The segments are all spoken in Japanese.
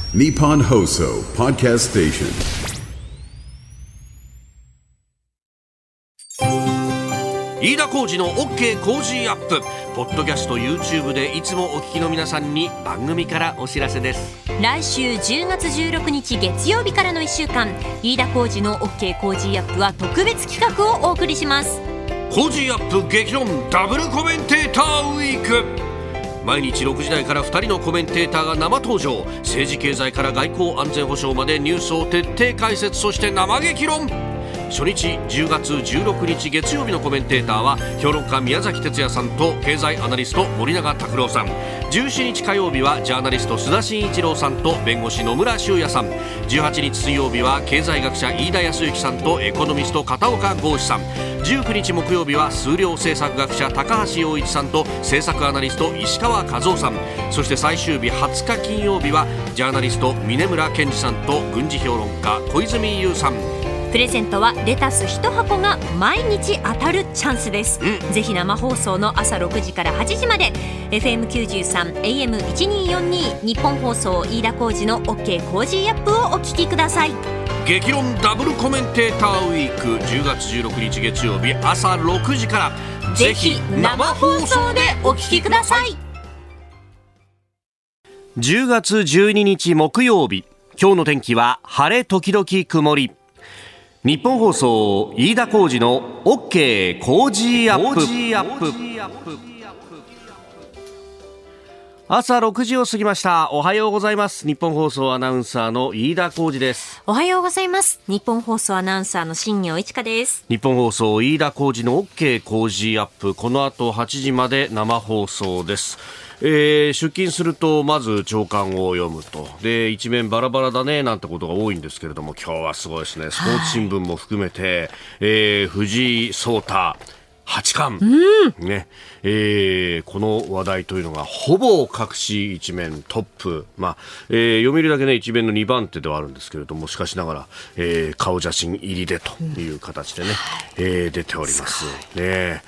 Nippon Hoso Podcast Station。 飯田浩司の OK 工事アップ。ポッドキャスト YouTube でいつもお聞きの皆さんに番組からお知らせです。 来週10月16日月曜日からの1週間、飯田浩司の OK 工事アップは特別企画をお送りします。 工事アップ激論ダブルコメンテーターウィーク。毎日6時台から2人のコメンテーターが生登場。政治経済から外交安全保障までニュースを徹底解説、そして生激論。初日10月16日月曜日のコメンテーターは評論家宮崎哲也さんと経済アナリスト森永卓郎さん。17日火曜日はジャーナリスト須田慎一郎さんと弁護士野村修也さん。18日水曜日は経済学者飯田康之さんとエコノミスト片岡剛志さん。19日木曜日は数量政策学者高橋洋一さんと政策アナリスト石川和夫さん。そして最終日20日金曜日はジャーナリスト峯村健二さんと軍事評論家小泉悠さん。 プレゼントはレタス1箱が毎日当たるチャンスです。ぜひ生放送の朝6時から8時まで FM93 AM1242 日本放送飯田浩司の OK 工事アップをお聞きください。 激論ダブルコメンテーターウィーク、10月16日月曜日朝6時からぜひ生放送でお聞きください。 10月12日木曜日、今日の天気は晴れ時々曇り。日本放送飯田浩司の OK 工事アップ。朝6時を過ぎました。おはようございます。日本放送アナウンサーの飯田浩司です。 おはようございます。日本放送アナウンサーの新業一華です。 日本放送飯田浩司の OK 工事アップ、この後8時まで生放送です。出勤するとまず朝刊を読むと、で一面バラバラだねなんてことが多いんですけれども、今日はすごいですね。スポーツ新聞も含めて、藤井聡太八冠、ね、この話題というのがほぼ各紙一面トップ、読売だけね一面の2番手ではあるんですけれども、しかしながら、顔写真入りでという形でね、出ておりますね。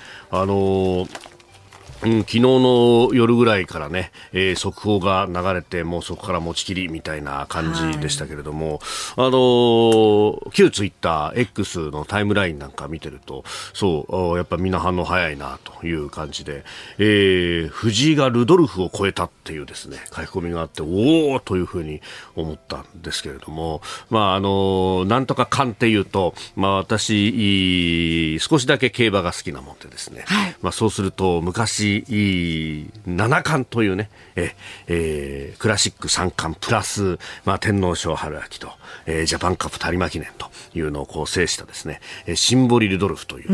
昨日の夜ぐらいからね、速報が流れて、もうそこから持ちきりみたいな感じでしたけれども、旧ツイッター X のタイムラインなんか見てると、そうやっぱみんな反応早いなという感じで、藤井がルドルフを超えたっていうですね書き込みがあって、おーというふうに思ったんですけれども、なんとか勘っていうと、私少しだけ競馬が好きなもんでですね、そうすると昔七冠というね、クラシック3冠プラス、天皇賞春秋と、ジャパンカップ有馬記念というのをこう制したですね、シンボリルドルフという、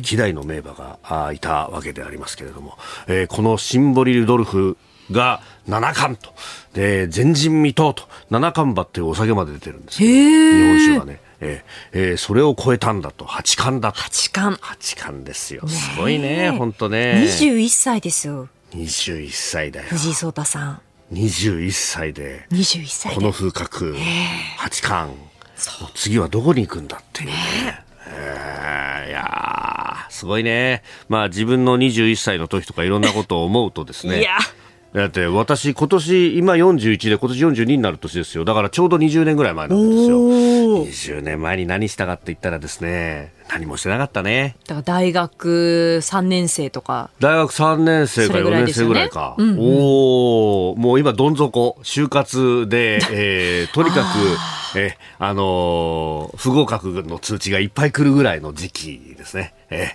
希代の名馬がいたわけでありますけれども、このシンボリルドルフが七冠とで前人未到と、七冠馬っていうお酒まで出てるんですけど、日本酒がね、それを超えたんだと、八冠だと。八冠ですよ。すごいね、本当ね。 21歳ですよ。 21歳だよ。 藤井聡太さん。 21歳でこの風格、八冠。次はどこに行くんだっていうね。いやすごいね。自分の21歳の時とかいろんなことを思うとですね。だって私今年今41で今年42になる年ですよ。だからちょうど20年ぐらい前なんですよ。20年前に何したかって言ったらですね、何もしてなかったね。 だから大学3年生とか。 大学3年生か4年生ぐらいか。もう今どん底就活で、とにかく不合格の通知がいっぱい来るぐらいの時期ですね。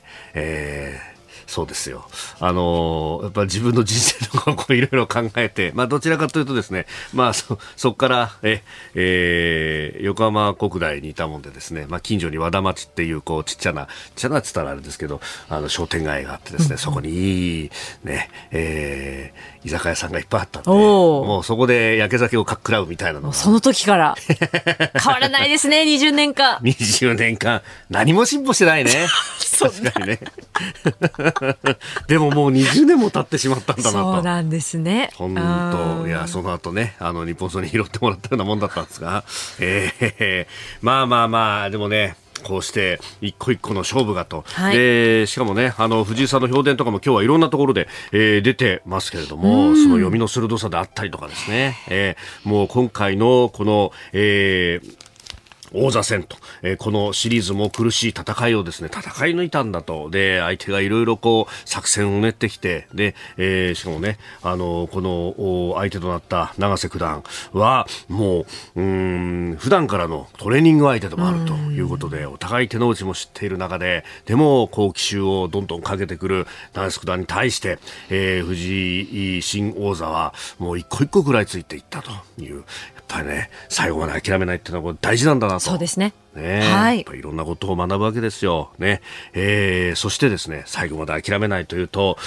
そうですよ。やっぱ自分の人生とかをいろいろ考えて、どちらかというとですね、そこから、横浜国大にいたもんでですね、近所に和田町っていうちっちゃなって言ったらあれですけど、商店街があってですね、そこにいいね、居酒屋さんがいっぱいあったんで、もうそこで焼け酒をかっくらうみたいなのが、 その時から変わらないですね。20年間何も進歩してないね。確かにね。でももう20年も経ってしまったんだなと。 そうなんですね。 本当、いやその後ね、日本層に拾ってもらったようなもんだったんですが、でもね、 こうして一個一個の勝負がと、でしかもね藤井さんの評伝とかも今日はいろんなところで、出てますけれども、その読みの鋭さであったりとかですね、もう今回のこの、王座戦と、このシリーズも苦しい戦いをですね戦い抜いたんだと。で相手がいろいろこう作戦を練ってきて、で、しかもねこの相手となった永瀬九段はもう普段からのトレーニング相手でもあるということで、お互い手の内も知っている中で、でもこう奇襲をどんどんかけてくる永瀬九段に対して、藤井新王座はもう一個一個食らいついていったという。やっぱりね最後まで諦めないっていうのは大事なんだなと。 そうですね。 やっぱりいろんなことを学ぶわけですよ、ね。そしてですね最後まで諦めないというと、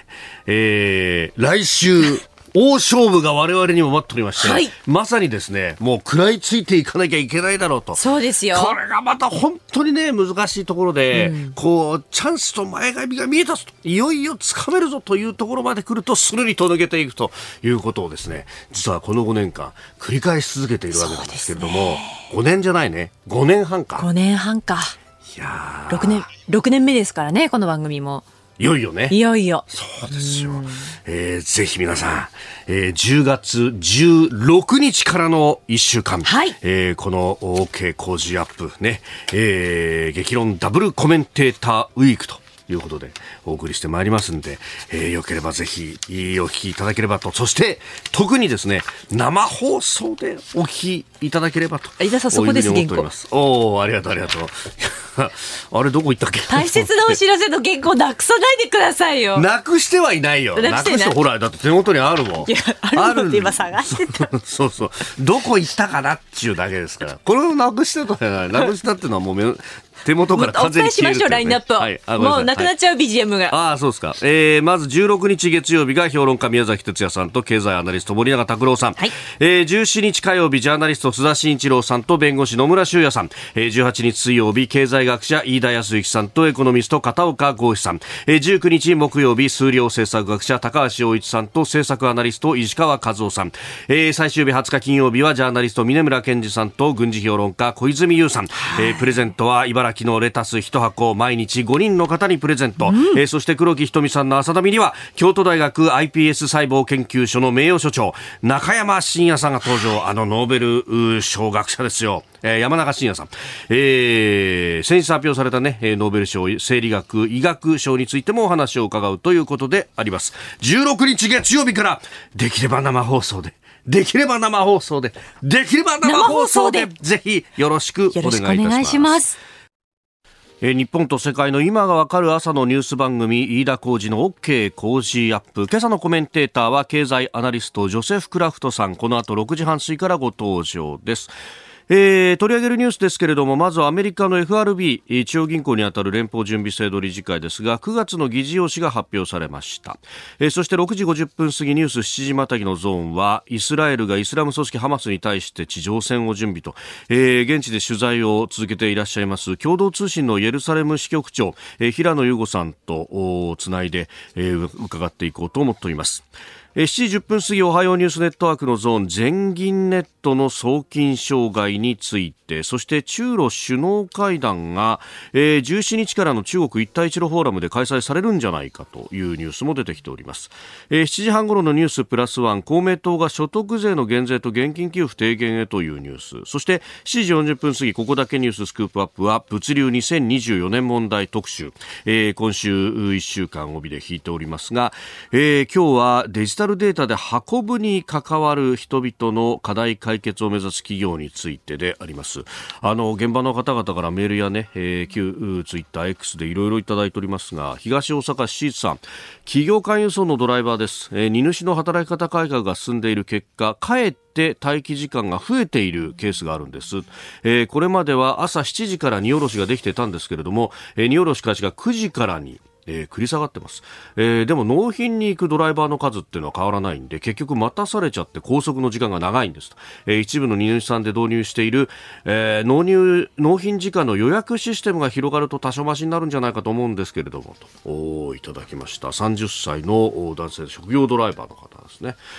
来週大勝負が我々にも待っておりまして、まさにですねもう食らいついていかなきゃいけないだろうと。 そうですよ。 これがまた本当にね難しいところで、こうチャンスと前髪が見えたぞと、いよいよ掴めるぞというところまで来るとするりと抜けていくということをですね実はこの5年間繰り返し続けているわけなんですけれども、5年じゃないね5年半か。 5年半か。いや6年目ですからねこの番組も。 いよいよね。 いよいよ。 そうですよ。ぜひ皆さん、10月16日からの1週間、この OK 工事アップね、激論ダブルコメンテーターウィークということでお送りしてまいりますんで、よければぜひお聞きいただければと。そして特にですね生放送でお聞きいただければと。 飯田さんそこです。原稿。 おーありがとうありがとう。あれどこ行ったっけ。 大切なお知らせの原稿なくさないでくださいよ。 なくしてはいないよ。なくしてほらだって手元にあるもん。 いやあるのって今探してた。 そうそうどこ行ったかなっていうだけですから。これをなくしたとはなくしたっていうのはもう手元から完全に消える、ね、 お伝えしましょうラインナップを、もうなくなっちゃう BGM が、 そうですか。まず16日月曜日が評論家宮崎哲也さんと経済アナリスト森永卓郎さん、17日火曜日ジャーナリスト須田慎一郎さんと弁護士野村修也さん、18日水曜日経済学者飯田康之さんとエコノミスト片岡剛志さん、19日木曜日数量政策学者高橋洋一さんと政策アナリスト石川和夫さん、最終日20日金曜日はジャーナリスト峯村健二さんと軍事評論家小泉悠さん、プレゼントは茨城のレタス1箱毎日5人の方にプレゼント、そして黒木瞳さんの朝ダミには京都大学 iPS 細胞研究所の名誉所長中山真也さんが登場。ノーベル賞学者ですよ、山中伸弥さん、先日発表されたねノーベル賞生理学医学賞についてもお話を伺うということであります。16日月曜日からできれば生放送でぜひよろしくお願いいたします。日本と世界の今がわかる朝のニュース番組飯田浩司の OK 工事アップ。今朝のコメンテーターは経済アナリストジョセフ・クラフトさん。この後6時半過ぎからご登場です。取り上げるニュースですけれども、まずアメリカの FRB 中央銀行にあたる連邦準備制度理事会ですが9月の議事要旨が発表されました。そして6時50分過ぎニュース7時またぎのゾーンはイスラエルがイスラム組織ハマスに対して地上戦を準備と、現地で取材を続けていらっしゃいます共同通信のイエルサレム支局長、平野優吾さんとつないで、伺っていこうと思っております。7時10分過ぎおはようニュースネットワークのゾーン全銀ネットの送金障害について、そして中ロ首脳会談が、17日からの中国一帯一路フォーラムで開催されるんじゃないかというニュースも出てきております。7時半頃のニュースプラスワン、公明党が所得税の減税と現金給付低減へというニュース、そして7時40分過ぎここだけニューススクープアップは物流2024年問題特集、今週1週間帯で引いておりますが、今日はデジタルデータで運ぶに関わる人々の課題解決を目指す企業についてであります。現場の方々からメールやね、旧ツイッター X でいろいろいただいておりますが、東大阪市シーツさん、企業間輸送のドライバーです。荷主の働き方改革が進んでいる結果、かえって待機時間が増えているケースがあるんです。これまでは朝7時から荷下ろしができてたんですけれども、荷下ろし開始が9時からに繰り下がってます。でも納品に行くドライバーの数っていうのは変わらないんで、結局待たされちゃって拘束の時間が長いんですと。一部の荷主さんで導入している、納品時間の予約システムが広がると多少マシになるんじゃないかと思うんですけれどもといただきました。30歳の男性職業ドライバーの方ですね。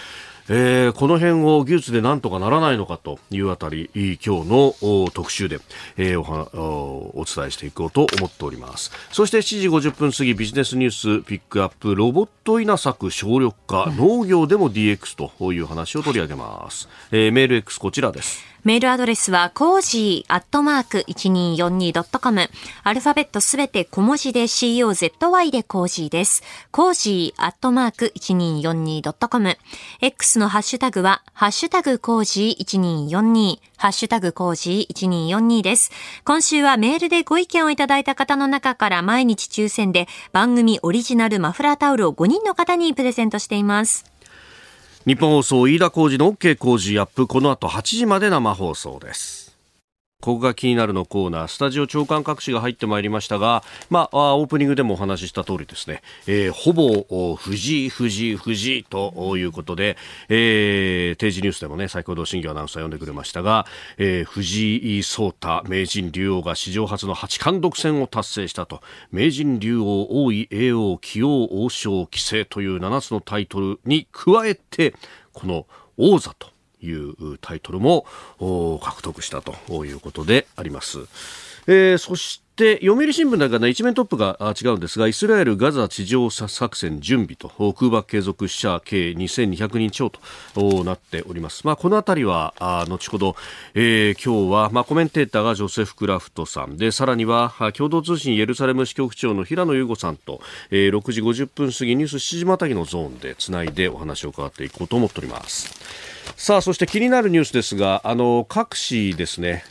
この辺を技術でなんとかならないのかというあたり、今日の特集で、お伝えしていこうと思っております。そして7時50分過ぎ、ビジネスニュースピックアップ、ロボット稲作省力化、農業でも DX という話を取り上げます。メール X こちらです。 メールアドレスはコージー@1242.com、アルファベットすべて小文字で COZY でコージーです。コージー@1242.com、 X のハッシュタグはハッシュタグコージー1242、ハッシュタグコージー1242です。今週はメールでご意見をいただいた方の中から毎日抽選で番組オリジナルマフラータオルを5人の方にプレゼントしています。 日本放送飯田浩司の OK 工事アップ、この後8時まで生放送です。ここが気になるのコーナー、スタジオ長官各紙が入ってまいりましたが、オープニングでもお話しした通りですね、ほぼ藤井ということで、定時ニュースでもね、先ほど新業アナウンサー読んでくれましたが、藤井聡太名人竜王が史上初の八冠独占を達成したと。名人竜王、王位、叡王、棋王、王将、棋聖という7つのタイトルに加えて、この王座というタイトルも獲得したということであります。そして読売新聞だけが、一面トップが違うんですが、イスラエルガザ地上作戦準備と空爆継続、死者計2200人超となっております。このあたりは後ほど、今日はコメンテーターがジョセフ・クラフトさんで、さらには共同通信エルサレム支局長の平野優吾さんと、6時50分過ぎニュース7時またぎのゾーンでつないでお話を伺っていこうと思っております。さあ、そして気になるニュースですが、各紙ですね、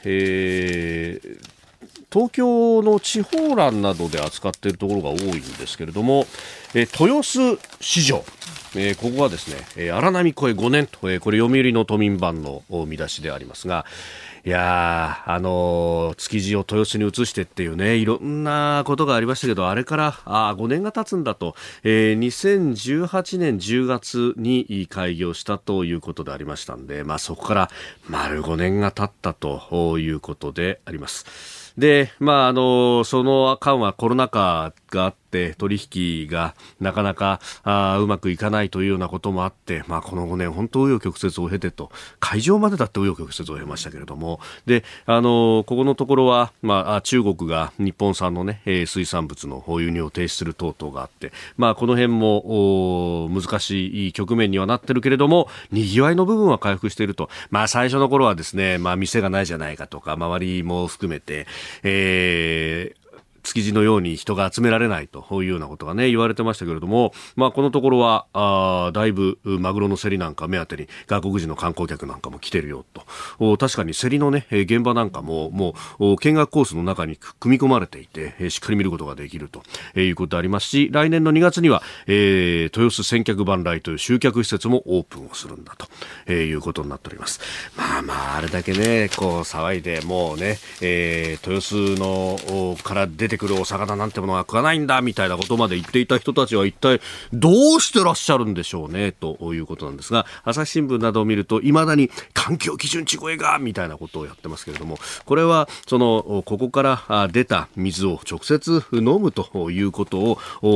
東京の地方欄などで扱っているところが多いんですけれども、豊洲市場、ここはですね、荒波越え5年と、これ読売の都民版の見出しでありますが、いや築地を豊洲に移してっていうね、いろんなことがありましたけど、あれから5年が経つんだと、2018年10月に開業したということでありましたんで、そこから丸5年が経ったということであります。で、その間はコロナ禍があって取引がなかなかうまくいかないというようなこともあって、この5年本当紆余曲折を経てと、会場までだって紆余曲折を経ましたけれども、で、ここのところは、中国が日本産のね、水産物の輸入を停止する等々があって、この辺も難しい局面にはなってるけれども、賑わいの部分は回復していると。最初の頃はですね、店がないじゃないかとか、周りも含めて、築地のように人が集められないというようなことがね、言われてましたけれども、このところはだいぶマグロの競りなんか目当てに外国人の観光客なんかも来てるよと。確かに競りのね、現場なんかももう見学コースの中に組み込まれていて、しっかり見ることができるということでありますし、来年の2月には、豊洲千客万来という集客施設もオープンをするんだということになっております。あれだけね、こう騒いでもうね、豊洲のから出てくるお魚なんてものは食わないんだみたいなことまで言っていた人たちは一体どうしてらっしゃるんでしょうねということなんですが、朝日新聞などを見ると未だに環境基準値超えがみたいなことをやってますけれども、これはここから出た水を直接飲むということを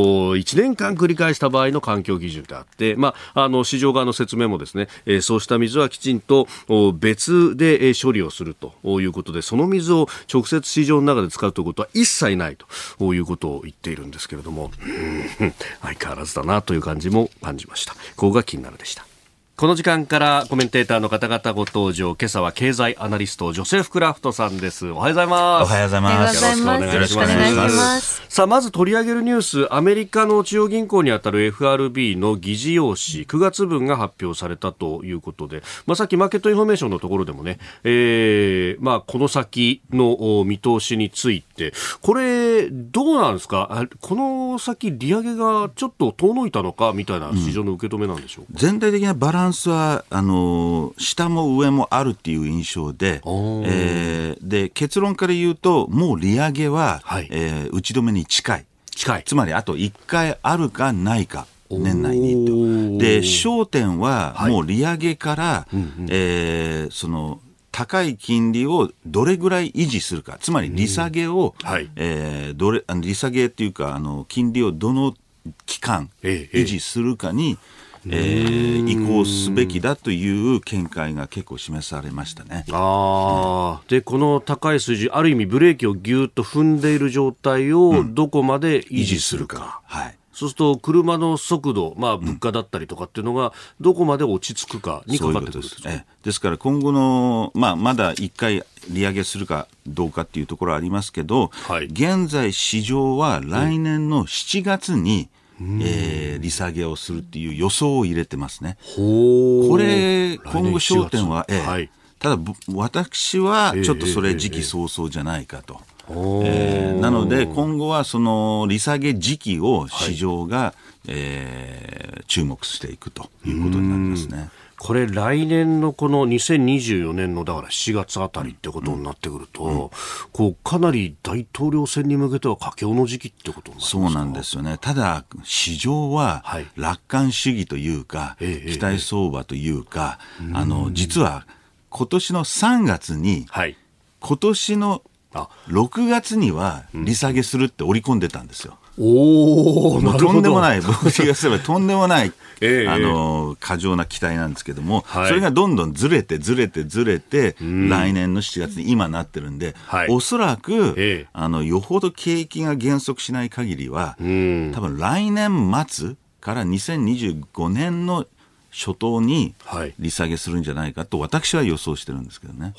1年間繰り返した場合の環境基準であって、市場側の説明もですね、そうした水はきちんと別で処理をするということで、その水を直接市場の中で使うということは一切ないということを言っているんですけれども、相変わらずだなという感じも感じました。ここが気になるでした。この時間からコメンテーターの方々ご登場。今朝は経済アナリストジョセフ・クラフトさんです。おはようございます。 おはようございます。 よろしくお願いします。 さあ、まず取り上げるニュース、アメリカの中央銀行にあたる FRB の議事要旨9月分が発表されたということで、さっきマーケットインフォメーションのところでもね、この先の見通しについて、これどうなんですか、この先利上げがちょっと遠のいたのかみたいな市場の受け止めなんでしょうか。 全体的なバランスは下も上もあるっていう印象で、で結論から言うともう利上げは、打ち止めに近い。つまりあと1回あるかないか年内にと。で焦点はもう利上げから、その高い金利をどれぐらい維持するか、つまり利下げを、利下げっていうか金利をどの期間維持するかに、 移行すべきだという見解が結構示されましたね。 でこの高い水準、ある意味ブレーキをぎゅっと踏んでいる状態をどこまで維持するか、はい、そうすると車の速度、物価だったりとかっていうのがどこまで落ち着くかにかかってくるんですね。 ですから今後の、まだ1回利上げするかどうかっていうところはありますけど、はい、現在市場は来年の7月に、利下げをするっていう予想を入れてますね。これ今後焦点は、はい、ただ私はちょっとそれ時期尚早じゃないかと。なので今後はその利下げ時期を市場が、注目していくということになりますね。 これ来年のこの2024年のだから7月あたりってことになってくると、こうかなり大統領選に向けては佳境の時期ってことになりますか？ そうなんですよね。ただ市場は楽観主義というか、期待相場というか、実は今年の3月に、今年の6月には利下げするって織り込んでたんですよ。もうとんでもない、僕がすればとんでもない、過剰な期待なんですけども、それがどんどんずれて、来年の7月に今なってるんで、おそらく、よほど景気が減速しない限りは、多分来年末から2025年の初頭に利下げするんじゃないかと私は予想してるんですけどね。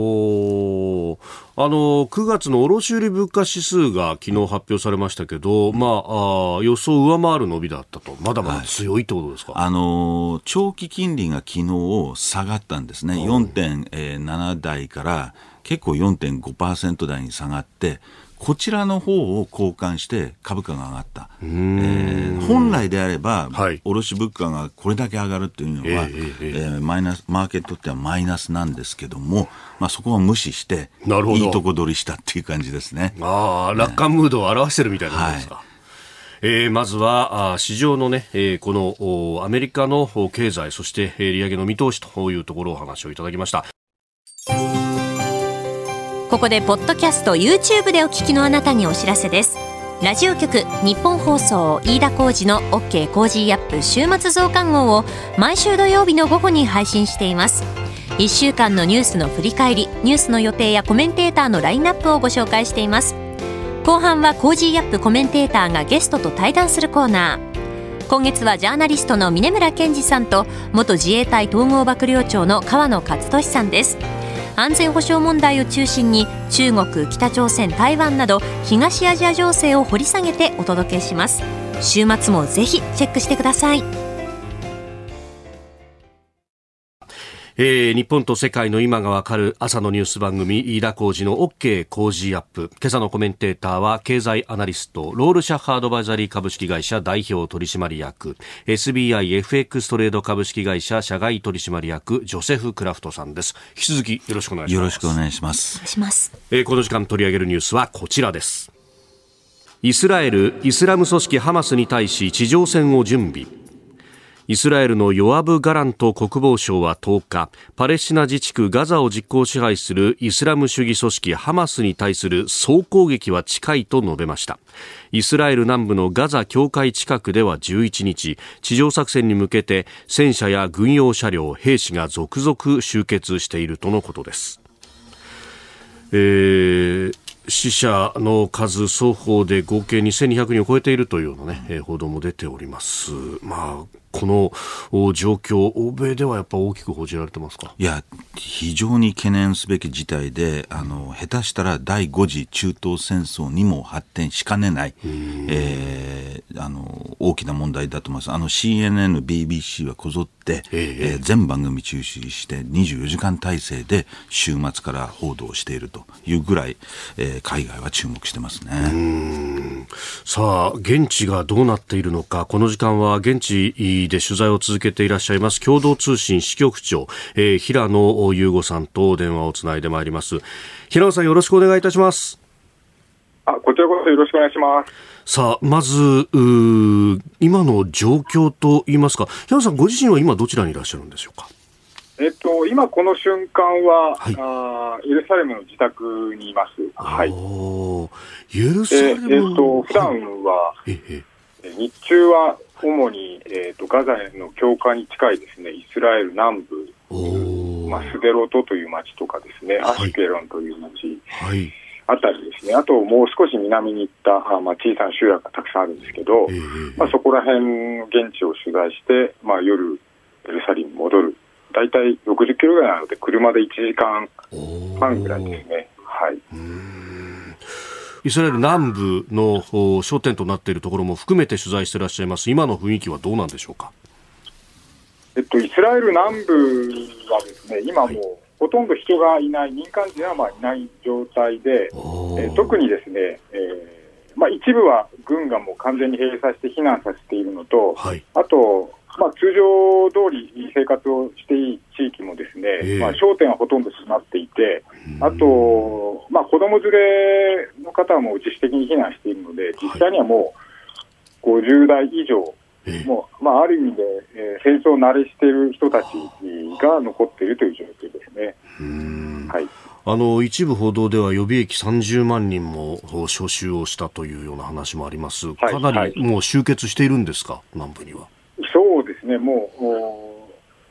9月の卸売物価指数が昨日発表されましたけど、予想を上回る伸びだったと。まだまだ強いってことですか？ 長期金利が昨日下がったんですね。4.7 台から結構 4.5% 台に下がって、こちらの方を交換して株価が上がった。本来であれば、卸物価がこれだけ上がるというのは、マーケットとってはマイナスなんですけども、そこは無視していいとこ取りしたっていう感じですね。 楽観ムードを表してるみたいなことですか？まずは市場のね、このアメリカの経済、そして利上げの見通しというところをお話をいただきました。 ここでポッドキャスト YouTube でお聞きのあなたにお知らせです。ラジオ局日本放送飯田浩司の OK コージーアップ週末増刊号を毎週土曜日の午後に配信しています。1週間のニュースの振り返り、ニュースの予定やコメンテーターのラインナップをご紹介しています。後半はコージーアップコメンテーターがゲストと対談するコーナー。今月はジャーナリストの峯村健二さんと元自衛隊統合幕僚長の川野勝利さんです。安全保障問題を中心に中国、北朝鮮、台湾など東アジア情勢を掘り下げてお届けします。週末もぜひチェックしてください。 日本と世界の今がわかる朝のニュース番組飯田浩司の OK コージーアップ。今朝のコメンテーターは経済アナリストロールシャッハアドバイザリー株式会社代表取締役 SBIFX トレード株式会社社外取締役ジョセフ・クラフトさんです。引き続きよろしくお願いします。 よろしくお願いします。 この時間取り上げるニュースはこちらです。イスラム組織ハマスに対し地上戦を準備。イスラエルのヨアブ・ガラント国防相は10日、パレスチナ自治区ガザを実効支配するイスラム主義組織ハマスに対する総攻撃は近いと述べました。イスラエル南部のガザ境界近くでは11日、地上作戦に向けて戦車や軍用車両、兵士が続々集結しているとのことです。死者の数双方で合計2200人を超えているというような、報道も出ております。この状況、欧米ではやっぱ大きく報じられてますか？ いや、非常に懸念すべき事態で、下手したら第5次中東戦争にも発展しかねない、大きな問題だと思います。CNN、BBC はこぞって、全番組中止して24時間体制で週末から報道しているというぐらい、海外は注目してますね。 さあ、現地がどうなっているのか、この時間は現地で取材を続けていらっしゃいます共同通信支局長、平野雄吾さんと電話をつないでまいります。平野さん、よろしくお願いいたします。 こちらこそよろしくお願いします。 さあ、まず今の状況といいますか、平野さんご自身は今どちらにいらっしゃるんでしょうか？ 今この瞬間は、エルサレムの自宅にいます。 エルサレム、 普段は、日中は主に、ガザの境界に近いですね、イスラエル南部、スデロトという町とかですね、アシュケロンという町、あたりですね、あともう少し南に行った小さな集落がたくさんあるんですけど、そこら辺の現地を取材して、夜、エルサレムに戻る。だいたい60キロぐらいなので、車で1時間半ぐらいですね。 イスラエル南部の焦点となっているところも含めて取材していらっしゃいます。今の雰囲気はどうなんでしょうか。 イスラエル南部はですね、今もうほとんど人がいない、民間人はいない状態で、特にですね、一部は軍がもう完全に閉鎖して避難させているのと、あと、通常通り生活をしていい地域もですね、商店はほとんど閉まっていて、あと、子供連れの方はもう自主的に避難しているので、実際にはもう50代以上、もうある意味で、戦争慣れしている人たちが残っているという状況ですね。 一部報道では予備役30万人も招集をしたというような話もあります。かなりもう集結しているんですか、南部には。 そうですね、もう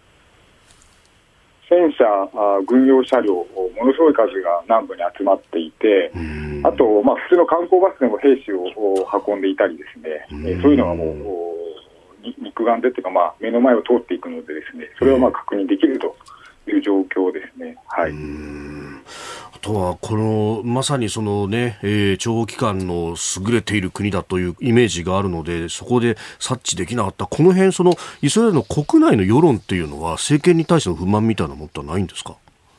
戦車、軍用車両、ものすごい数が南部に集まっていて、あと、普通の観光バスでも兵士を運んでいたりですね、そういうのがもう肉眼でというか、目の前を通っていくのでですね、それを確認できるという状況ですね。 あとはこのまさにそのね、諜報機関の優れている国だというイメージがあるので、そこで察知できなかったこの辺、そのイスラエルの国内の世論っていうのは政権に対しての不満みたいなものはないんですか。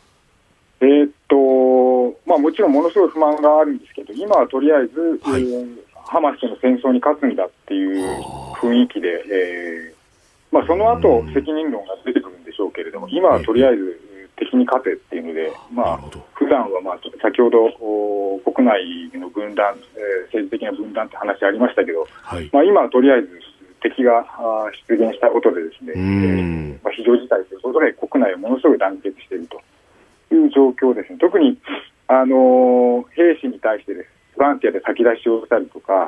もちろんものすごい不満があるんですけど、今はとりあえず、ハマスとの戦争に勝つんだっていう雰囲気で、その後責任論が出てくるんでしょうけれども、今はとりあえず敵に勝てっていうので、普段は先ほど国内の分断、政治的な分断って話ありましたけど、今はとりあえず敵が出現したことでですね、非常事態ということで国内はものすごい団結しているという状況ですね。特に兵士に対してです、ボランティアで先出しをしたりとか、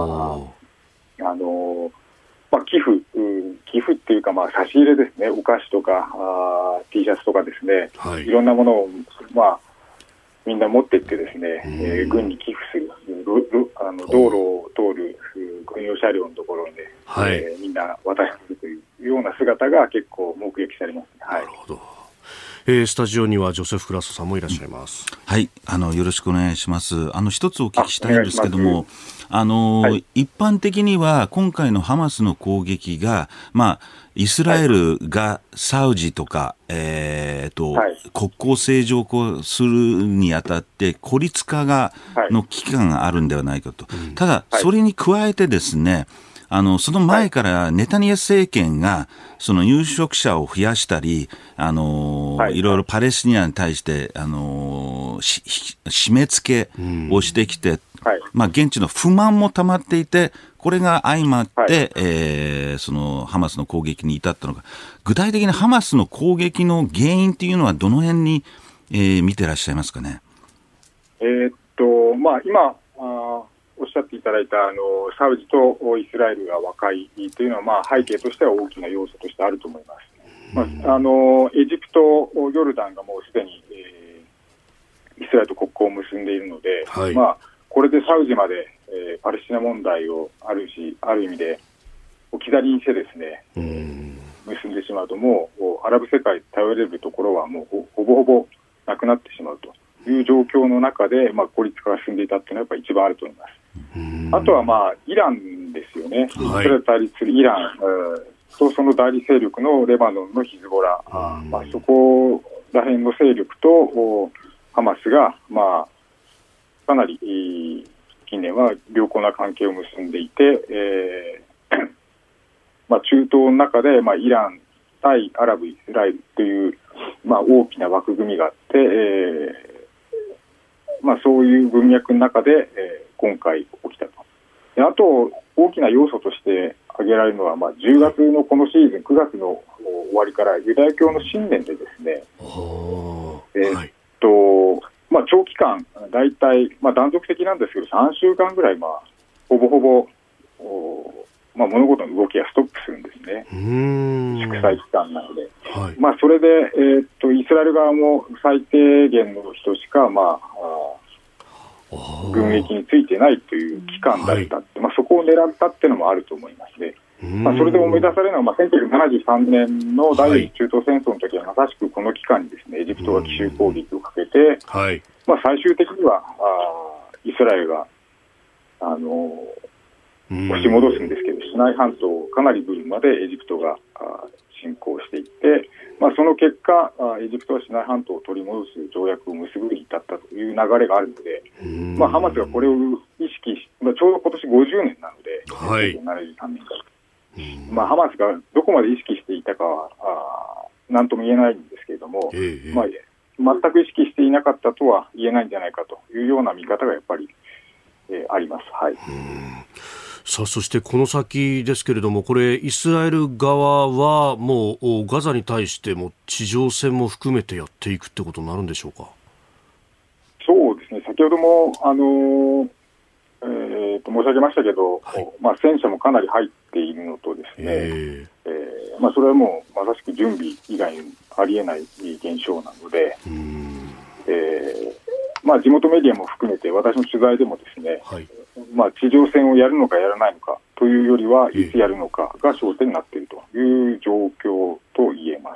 寄付っていうか、差し入れですね、お菓子とかT シャツとかですね、いろんなものを、みんな持っていってですね、軍に寄付する、道路を通る軍用車両のところで、みんな渡しているというような姿が結構目撃されます。 なるほど。スタジオにはジョセフ・クラストさんもいらっしゃいます。 よろしくお願いします。一つお聞きしたいんですけども、一般的には今回のハマスの攻撃が、イスラエルがサウジとか、国交正常化するにあたって孤立化の危機感があるんではないかと。ただ、それに加えてですね、その前からネタニヤフ政権がその入植者を増やしたり、いろいろパレスチナに対して締め付けをしてきて、現地の不満も溜まっていて、これが相まって、そのハマスの攻撃に至ったのか。具体的にハマスの攻撃の原因というのはどの辺に、見てらっしゃいますかね。 今おっしゃっていただいたサウジとイスラエルが和解というのは、背景としては大きな要素としてあると思います。エジプト、ヨルダンがもうすでに、イスラエルと国交を結んでいるので、これでサウジまで、パレスチナ問題をある意味で置き去りにしてですね、結んでしまうと、もうアラブ世界に頼れるところはもうほぼほぼなくなってしまうという状況の中で、孤立化が進んでいたというのはやっぱり一番あると思います。あとはイランですよね。イスラエルと対立するイランとその代理勢力のレバノンのヒズボラ、そこら辺の勢力とハマスが、かなり近年は良好な関係を結んでいて、中東の中で、イラン対アラブ、イスラエルという、大きな枠組みがあって、そういう文脈の中で、今回起きたと。あと大きな要素として挙げられるのは、10月のこのシーズン、9月の終わりからユダヤ教の新年でですね、長期間、大体、断続的なんですけど、3週間ぐらい、ほぼほぼ物事の動きがストップするんですね。祝祭期間なので、 はい、 それで、イスラエル側も最低限の人しか、軍役についてないという期間だったって、そこを狙ったっていうのもあると思いますね。それで思い出されるのは、1973年の第一次中東戦争の時は、まさしくこの期間にですね、エジプトが奇襲攻撃をかけて、最終的にはイスラエルが押し戻すんですけど、シナイ半島かなり部分までエジプトが侵攻していって、その結果、エジプトはシナイ半島を取り戻す条約を結ぶに至ったという流れがあるので、ハマスがこれを意識し、ちょうど今年50年なので、1973年から。ハマスがどこまで意識していたかは何とも言えないんですけれども、全く意識していなかったとは言えないんじゃないかというような見方がやっぱり、あります。はい。 さあ、そしてこの先ですけれども、これイスラエル側はもうガザに対しても地上戦も含めてやっていくってことになるんでしょうか。 そうですね、先ほども申し上げましたけど、戦車もかなり入っているのとですね、それはもうまさしく準備以外にありえない現象なので、地元メディアも含めて私の取材でもですね、地上戦をやるのかやらないのかというよりはいつやるのかが焦点になっているという状況と言えます。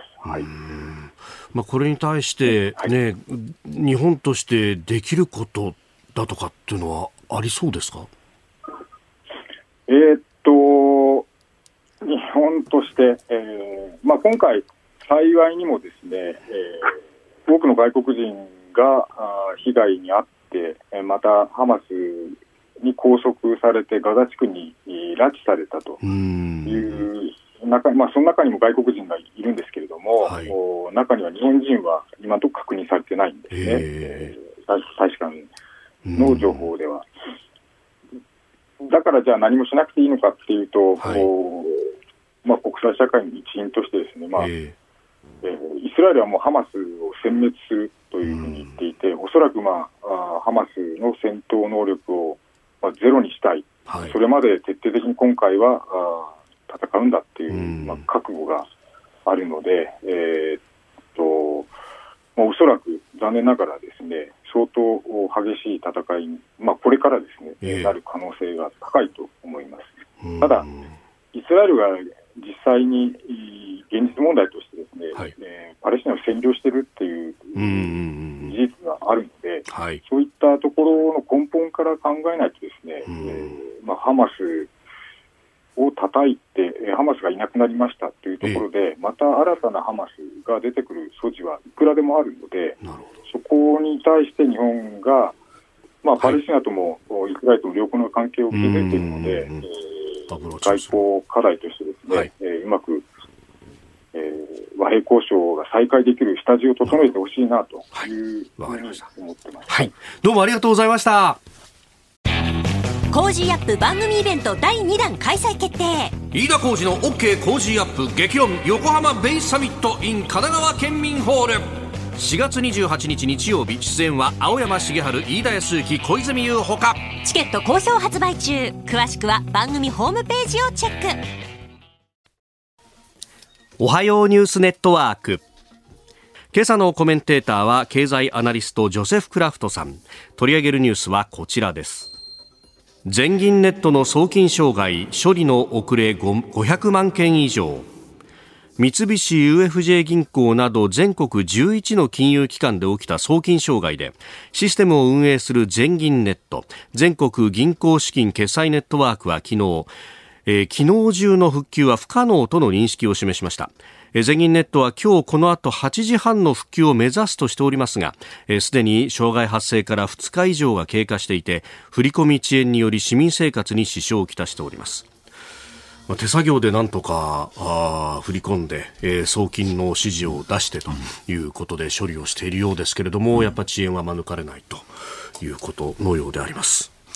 これに対して、日本としてできることだとかっていうのはありそうですか？ 日本として、今回幸いにもですね、多くの外国人が被害に遭って、またハマスに拘束されてガザ地区に拉致されたという中、その中にも外国人がいるんですけれども、中には日本人は今のところ確認されてないんですね、大使館の情報では。だからじゃあ何もしなくていいのかっていうと、国際社会の一員としてですね、イスラエルはもうハマスを殲滅するというふうに言っていて、おそらくハマスの戦闘能力をゼロにしたい、それまで徹底的に今回は戦うんだっていう、覚悟があるので、おそらく残念ながらですね、相当激しい戦いに、これからですね、なる可能性が高いと思います。ただ、イスラエルが実際に現実問題としてですね、パレスチナを占領しているっていう事実があるので、そういったところの根本から考えないとですね、ハマスを叩いてハマスがいなくなりましたというところで、また新たなハマスが出てくる措置はいくらでもあるので、そこに対して日本が、パレスチナともイスラエルとも良好な関係を築いているので、外交課題としてですね、うまく、和平交渉が再開できる下地を整えてほしいなというふうに思ってます。 どうもありがとうございました。 コージーアップ番組イベント第2弾開催決定。 飯田浩司の OK コージーアップ激論横浜ベイサミット in 神奈川県民ホール。4月28日日曜日、出演は青山茂春、飯田康之、小泉優ほか。 チケット好評発売中。詳しくは番組ホームページをチェック。 おはようニュースネットワーク。今朝のコメンテーターは経済アナリストジョセフ・クラフトさん。取り上げるニュースはこちらです。全銀ネットの送金障害処理の遅れ500万件以上。三菱 UFJ 銀行など全国11の金融機関で起きた送金障害で、システムを運営する全銀ネット全国銀行資金決済ネットワークは昨日、機能中の復旧は不可能との認識を示しました。全銀ネットは今日この後8時半の復旧を目指すとしておりますが、すでに障害発生から2日以上が経過していて、振込遅延により市民生活に支障をきたしております。手作業でなんとか振り込んで、送金の指示を出してということで処理をしているようですけれども、やっぱり遅延は免れないということのようであります。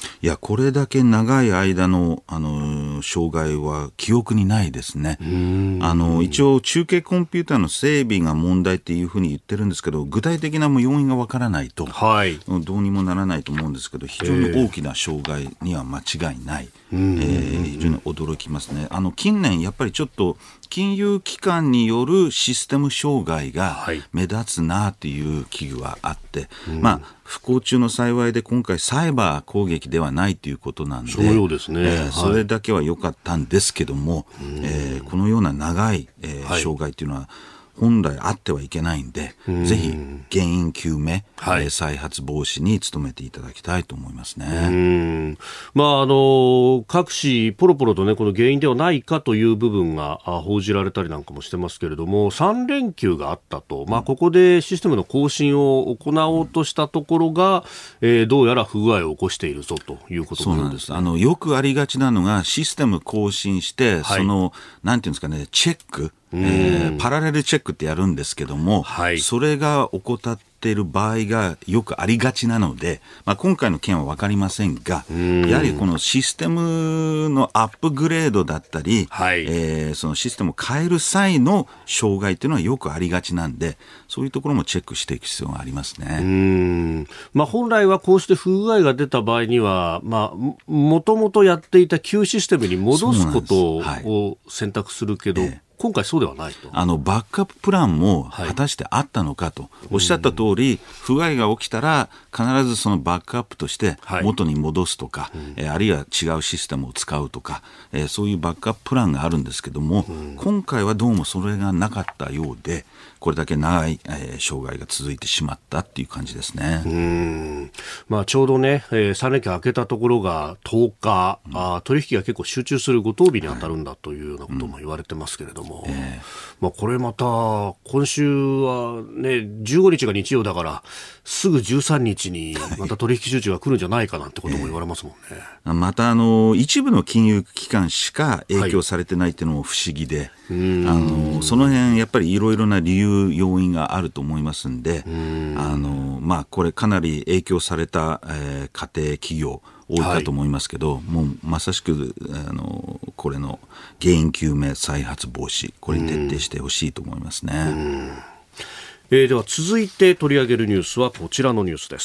いや、これだけ長い間の、障害は記憶にないですね。一応中継コンピューターの整備が問題っていうふうに言ってるんですけど、具体的な要因がわからないと、はい、どうにもならないと思うんですけど、非常に大きな障害には間違いない。非常に驚きますね。近年やっぱりちょっと金融機関によるシステム障害が目立つなという危惧はあって、まあ不幸中の幸いで今回サイバー攻撃ではないということなんで、 そうようですね、 それだけは良かったんですけども、このような長い、障害というのは本来あってはいけないんで、ぜひ原因究明、再発防止に努めていただきたいと思いますね。 まあ、各紙ポロポロとね、この原因ではないかという部分が報じられたりなんかもしてますけれども、3連休があったと、まあ、ここでシステムの更新を行おうとしたところが、どうやら不具合を起こしているぞということなんですね。 よくありがちなのが、システム更新して、なんていうんですかね、チェック、パラレルチェックってやるんですけども、それが怠っている場合がよくありがちなので、まあ、今回の件は分かりませんが、やはりこのシステムのアップグレードだったり、そのシステムを変える際の障害というのはよくありがちなんで、そういうところもチェックしていく必要がありますね。 まあ、本来はこうして不具合が出た場合には、まあ、もともとやっていた旧システムに戻すことを選択するけど、今回そうではないと。 バックアッププランも果たしてあったのかと、おっしゃった通り、不具合が起きたら必ずそのバックアップとして元に戻すとか、あるいは違うシステムを使うとか、そういうバックアッププランがあるんですけども、今回はどうもそれがなかったようで、これだけ長い、障害が続いてしまったっていう感じですね。 まあ、ちょうどね、3連休明けたところが10日、取引が結構集中する五等日に当たるんだというようなことも言われてますけれども、まあ、これまた今週はね、15日が日曜だからすぐ13日にまた取引集中が来るんじゃないかなんてことも言われますもんね。 また一部の金融機関しか影響されてないっていうのも不思議で、その辺やっぱりいろいろな理由要因があると思いますんで、まあ、これかなり影響された、家庭企業多いかと思いますけど、もうまさしくこれの原因究明、再発防止、これに徹底してほしいと思いますね。 では続いて取り上げるニュースはこちらのニュースです。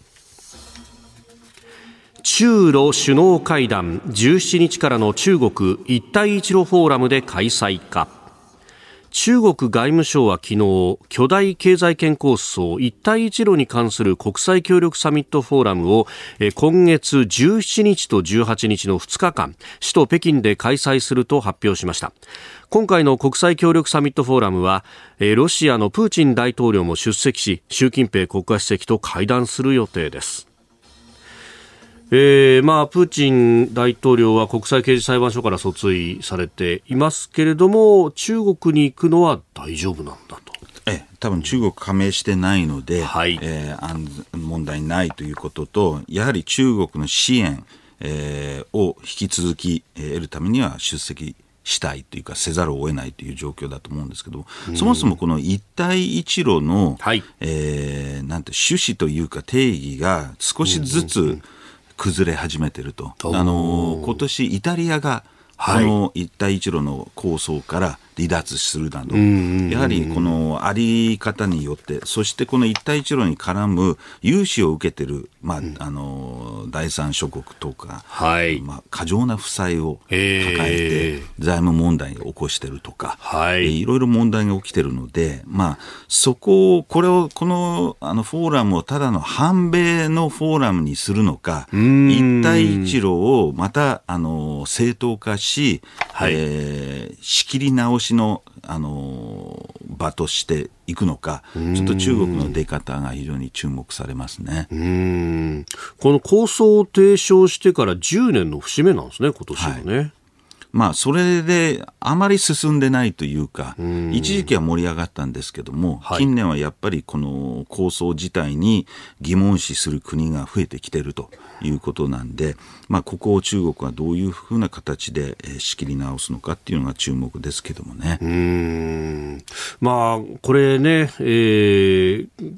中ロ首脳会談、17日からの中国一帯一路フォーラムで開催か。中国外務省は昨日、巨大経済圏構想一帯一路に関する国際協力サミットフォーラムを今月17日と18日の2日間、首都北京で開催すると発表しました。今回の国際協力サミットフォーラムは、ロシアのプーチン大統領も出席し、習近平国家主席と会談する予定です。まあ、プーチン大統領は国際刑事裁判所から訴追されていますけれども、中国に行くのは大丈夫なんだと。 多分中国加盟してないので、問題ないということと、やはり中国の支援、を引き続き、得るためには出席したいというかせざるを得ないという状況だと思うんですけど、そもそもこの一帯一路の、なんて趣旨というか定義が少しずつ崩れ始めていると。今年イタリアがこの一帯一路の構想から離脱するなど、やはりこのあり方によって、そしてこの一帯一路に絡む融資を受けている、第三諸国とか、過剰な負債を抱えて財務問題を起こしているとか、いろいろ問題が起きているので、このフォーラムをただの反米のフォーラムにするのか、一帯一路をまた正当化し、仕切り直しの、場としていくのか、ちょっと中国の出方が非常に注目されますね。 この構想を提唱してから10年の節目なんですね、今年はね。 それであまり進んでないというか、一時期は盛り上がったんですけども、近年はやっぱりこの構想自体に疑問視する国が増えてきているということなんで、ここを中国はどういうふうな形で仕切り直すのかっていうのが注目ですけどもね。 これね、い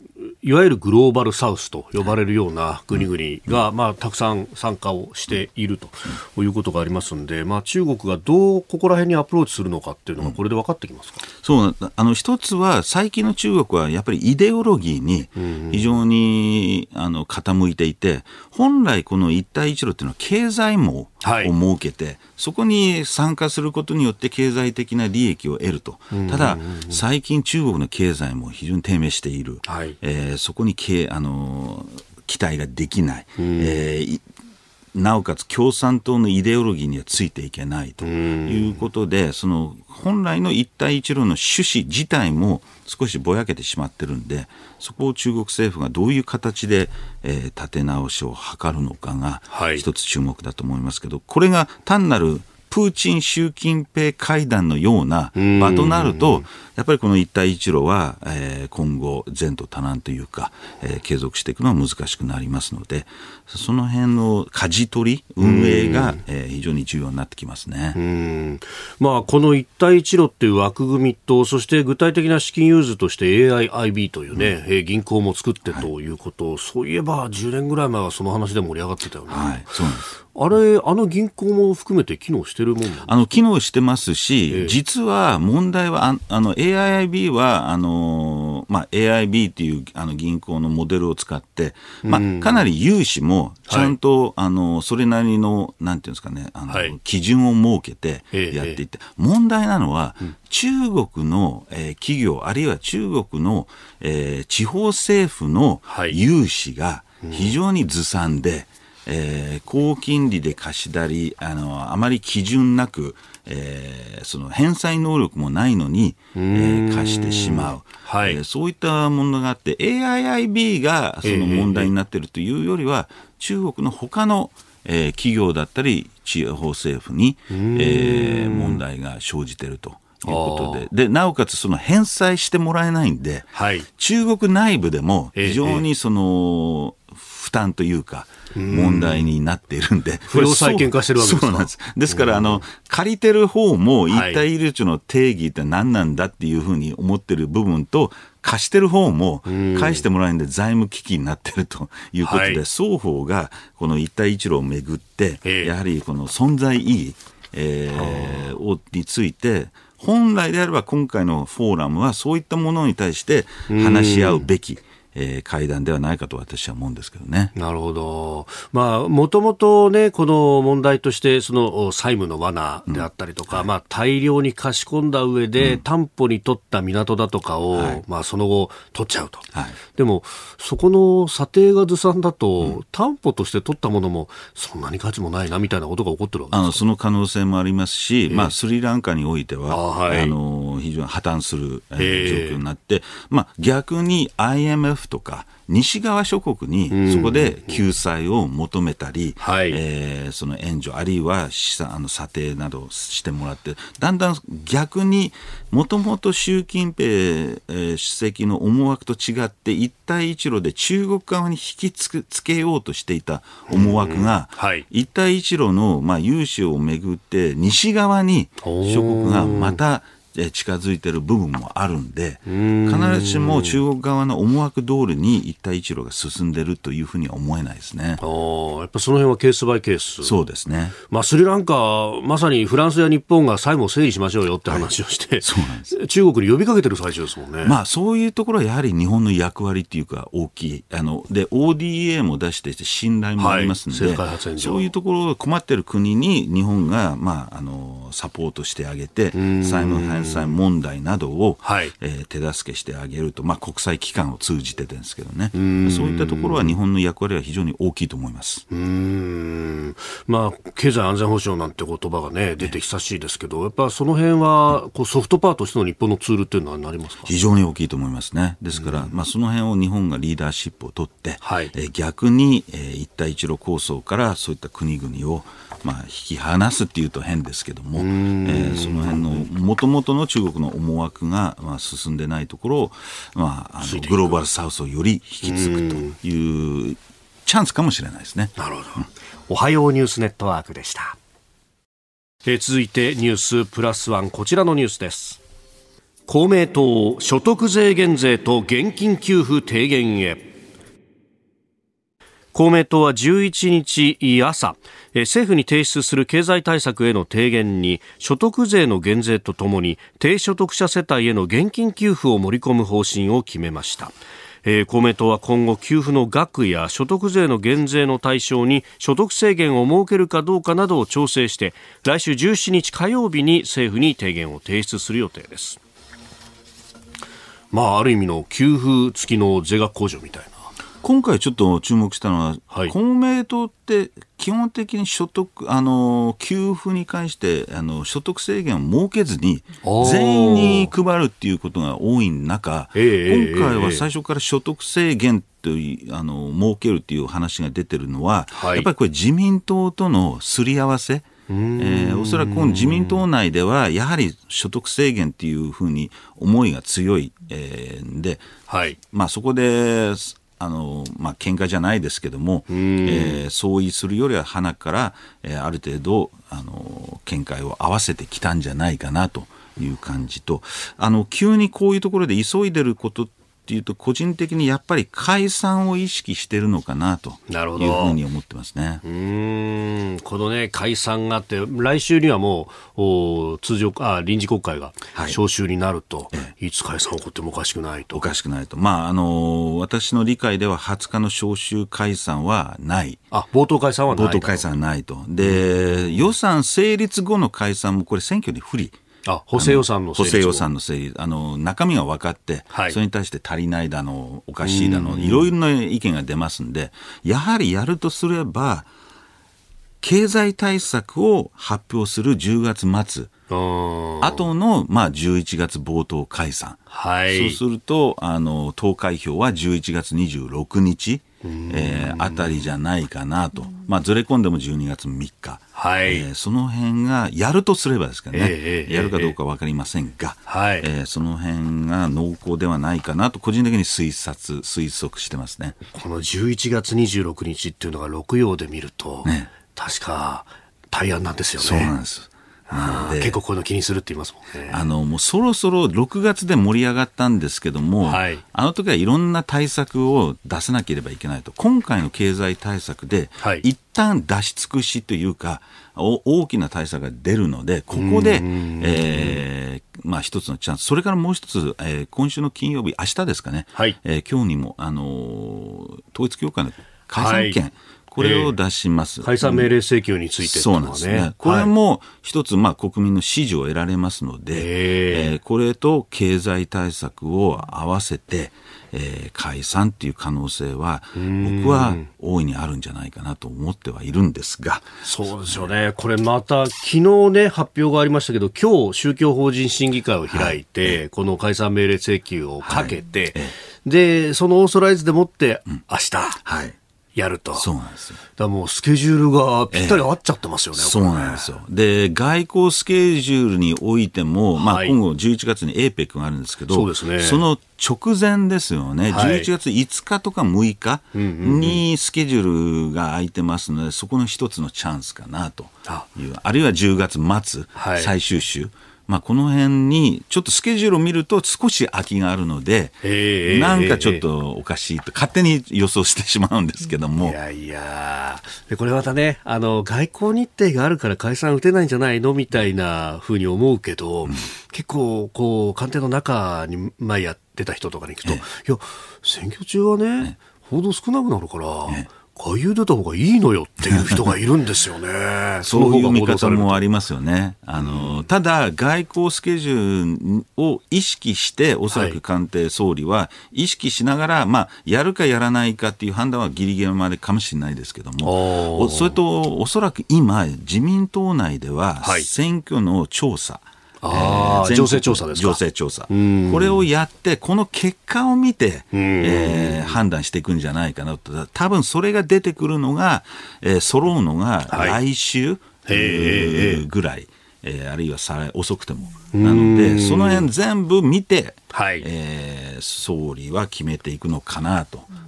いわゆるグローバルサウスと呼ばれるような国々が、たくさん参加をしているということがありますので、中国がどうここら辺にアプローチするのかっていうのがこれで分かってきますか。 そう一つは最近の中国はやっぱりイデオロギーに非常に傾いていて、本来この一帯一路っていうのは経済網を設けて、そこに参加することによって経済的な利益を得ると。ただ最近中国の経済も非常に低迷している、そこに期待ができない、なおかつ共産党のイデオロギーにはついていけないということで、その本来の一帯一路の趣旨自体も少しぼやけてしまってるんで、そこを中国政府がどういう形で、立て直しを図るのかが一つ注目だと思いますけど、これが単なるプーチン習近平会談のような場となると、やっぱりこの一帯一路は、今後前途多難というか、継続していくのは難しくなりますので、その辺の舵取り運営が、非常に重要になってきますね。 この一帯一路っていう枠組みと、そして具体的な資金融通として AIIB というね、銀行も作ってということ、そういえば10年ぐらい前はその話で盛り上がってたよね。 そうなんです。 あれ、銀行も含めて機能してるもんなんですか？ 機能してますし、実は問題はAIIB はAIB っていう銀行のモデルを使って、かなり融資もちゃんと、それなりのなんていうんですかね、基準を設けてやっていて、問題なのは、中国の、企業あるいは中国の、地方政府の融資が非常にずさんで、高金利で貸し借り、あまり基準なく、その返済能力もないのに、貸してしまう、そういったものがあって、AIIB がその問題になっているというよりは、中国の他の、企業だったり地方政府に、問題が生じているということで、なおかつその返済してもらえないんで、中国内部でも非常にその負担というか、問題になっているんで、 不良債権化してるわけですか。 そうなんです。ですから借りてる方も一帯一路の定義って何なんだっていうふうに思ってる部分と、貸してる方も返してもらえないんで財務危機になっているということで、双方がこの一帯一路をめぐって、やはりこの存在意義、について、本来であれば今回のフォーラムはそういったものに対して話し合うべき会談ではないかと私は思うんですけどね。 なるほど。もともとね、この問題としてその債務の罠であったりとか、大量に貸し込んだ上で担保に取った港だとかを、その後取っちゃうと、でもそこの査定がずさんだと、担保として取ったものもそんなに価値もないなみたいなことが起こってるわけですか。 その可能性もありますし、スリランカにおいては、非常に破綻する、状況になって、逆に IMF とか西側諸国にそこで救済を求めたり、その援助あるいは査定などしてもらって、だんだん逆にもともと習近平、主席の思惑と違って一帯一路で中国側に引きつけようとしていた思惑が、一帯一路の融資をめぐって西側に諸国がまた近づいている部分もあるんで、必ずしも中国側の思惑通りに一帯一路が進んでいるというふうには思えないですね。 やっぱその辺はケースバイケース。 そうですね。 スリランカ、まさにフランスや日本が債務を整理しましょうよって話をして、 そうなんです。 中国に呼びかけてる最中ですもんね。 そういうところはやはり日本の役割っていうか大きい。で ODA も出して信頼もありますので、そういうところが困っている国に日本が、サポートしてあげて、債務返済問題などを、手助けしてあげると、国際機関を通じてですけどね、そういったところは日本の役割は非常に大きいと思います。 経済安全保障なんて言葉が、出て久しいですけど、やっぱその辺はソフトパワーとしての日本のツールっていうのはなりますか？ 非常に大きいと思いますね。ですから、その辺を日本がリーダーシップを取って、逆に、一帯一路構想からそういった国々を引き離すっていうと変ですけども、その辺の元々の中国の思惑が、進んでないところを、グローバルサウスをより引き継ぐというチャンスかもしれないですね。 なるほど。おはようニュースネットワークでした。続いてニュースプラスワン、こちらのニュースです。 公明党所得税減税と現金給付提言へ。公明党は11日朝、政府に提出する経済対策への提言に所得税の減税とともに低所得者世帯への現金給付を盛り込む方針を決めました。公明党は今後給付の額や所得税の減税の対象に所得制限を設けるかどうかなどを調整して来週17日火曜日に政府に提言を提出する予定です。ある意味の給付付きの税額控除みたいな。 今回ちょっと注目したのは、 はい、 公明党って基本的に給付に関して所得制限を設けずに全員に配るっていうことが多い中、今回は最初から所得制限という設けるっていう話が出てるのは、やっぱりこれ自民党とのすり合わせ、おそらくこの自民党内ではやはり所得制限っていうふうに思いが強い、で、そこで喧嘩じゃないですけども、相違するよりは鼻から、ある程度見解を合わせてきたんじゃないかなという感じと、急にこういうところで急いでることっていうと個人的にやっぱり解散を意識してるのかなというふうに思ってますね。 このね解散があって来週にはもう臨時国会が召集になると、いつ解散起こってもおかしくないと。私の理解では20日の召集解散はない。 冒頭解散はない。 冒頭解散はないと。で、予算成立後の解散もこれ選挙に不利。 補正予算の成立。補正予算の成立。中身が分かって、それに対して足りないだの、おかしいだの、いろいろな意見が出ますんで、やはりやるとすれば、経済対策を発表する10月末、後の、11月冒頭解散。そうすると、投開票は11月26日。あたりじゃないかなと、ずれ込んでも12月3日、その辺がやるとすればですからね、やるかどうか分かりませんが、その辺が濃厚ではないかなと個人的に推測してますね。 この11月26日っていうのが6曜で見ると、確か大安なんですよね。 そうなんです。 結構こういうの気にするって言いますもんね。 もうそろそろ6月で盛り上がったんですけども、あの時はいろんな対策を出さなければいけないと。今回の経済対策で、一旦出し尽くしというか大きな対策が出るので、ここで、一つのチャンス。それからもう一つ、今週の金曜日、明日ですかね、今日にも統一教会の解散権、これを出します。 解散命令請求についてそうなんですね。これも一つ、国民の支持を得られますので、これと経済対策を合わせて、解散っていう可能性は僕は大いにあるんじゃないかなと思ってはいるんですが。 そうですよね。これまた昨日ね発表がありましたけど、今日宗教法人審議会を開いて、この解散命令請求をかけて、でそのオーソライズでもって明日、やると。 そうなんですよ。だからもうスケジュールがぴったり合っちゃってますよね。 そうなんですよ。で、外交スケジュールにおいても、今後11月に APEC があるんですけど、 そうですね、 その直前ですよね、11月5日とか6日にスケジュールが空いてますので、そこの一つのチャンスかなという、あるいは10月末、最終週。この辺にちょっとスケジュールを見ると少し空きがあるので、なんかちょっとおかしいと勝手に予想してしまうんですけども、 でこれまたね外交日程があるから解散打てないんじゃないのみたいなふうに思うけど、結構こう官邸の中に前やってた人とかに聞くと、いや選挙中はね報道少なくなるから、外遊出た方がいいのよっていう人がいるんですよね。 そういう見方もありますよね。ただ外交スケジュールを意識しておそらく官邸総理は意識しながら、やるかやらないかっていう判断はギリギリまでかもしれないですけども、それとおそらく今自民党内では選挙の調査、 情勢調査ですか。 情勢調査、これをやってこの結果を見て、判断していくんじゃないかなと。多分それが出てくるのが、揃うのが来週ぐらい、あるいは遅くてもなので、その辺全部見て、総理は決めていくのかなと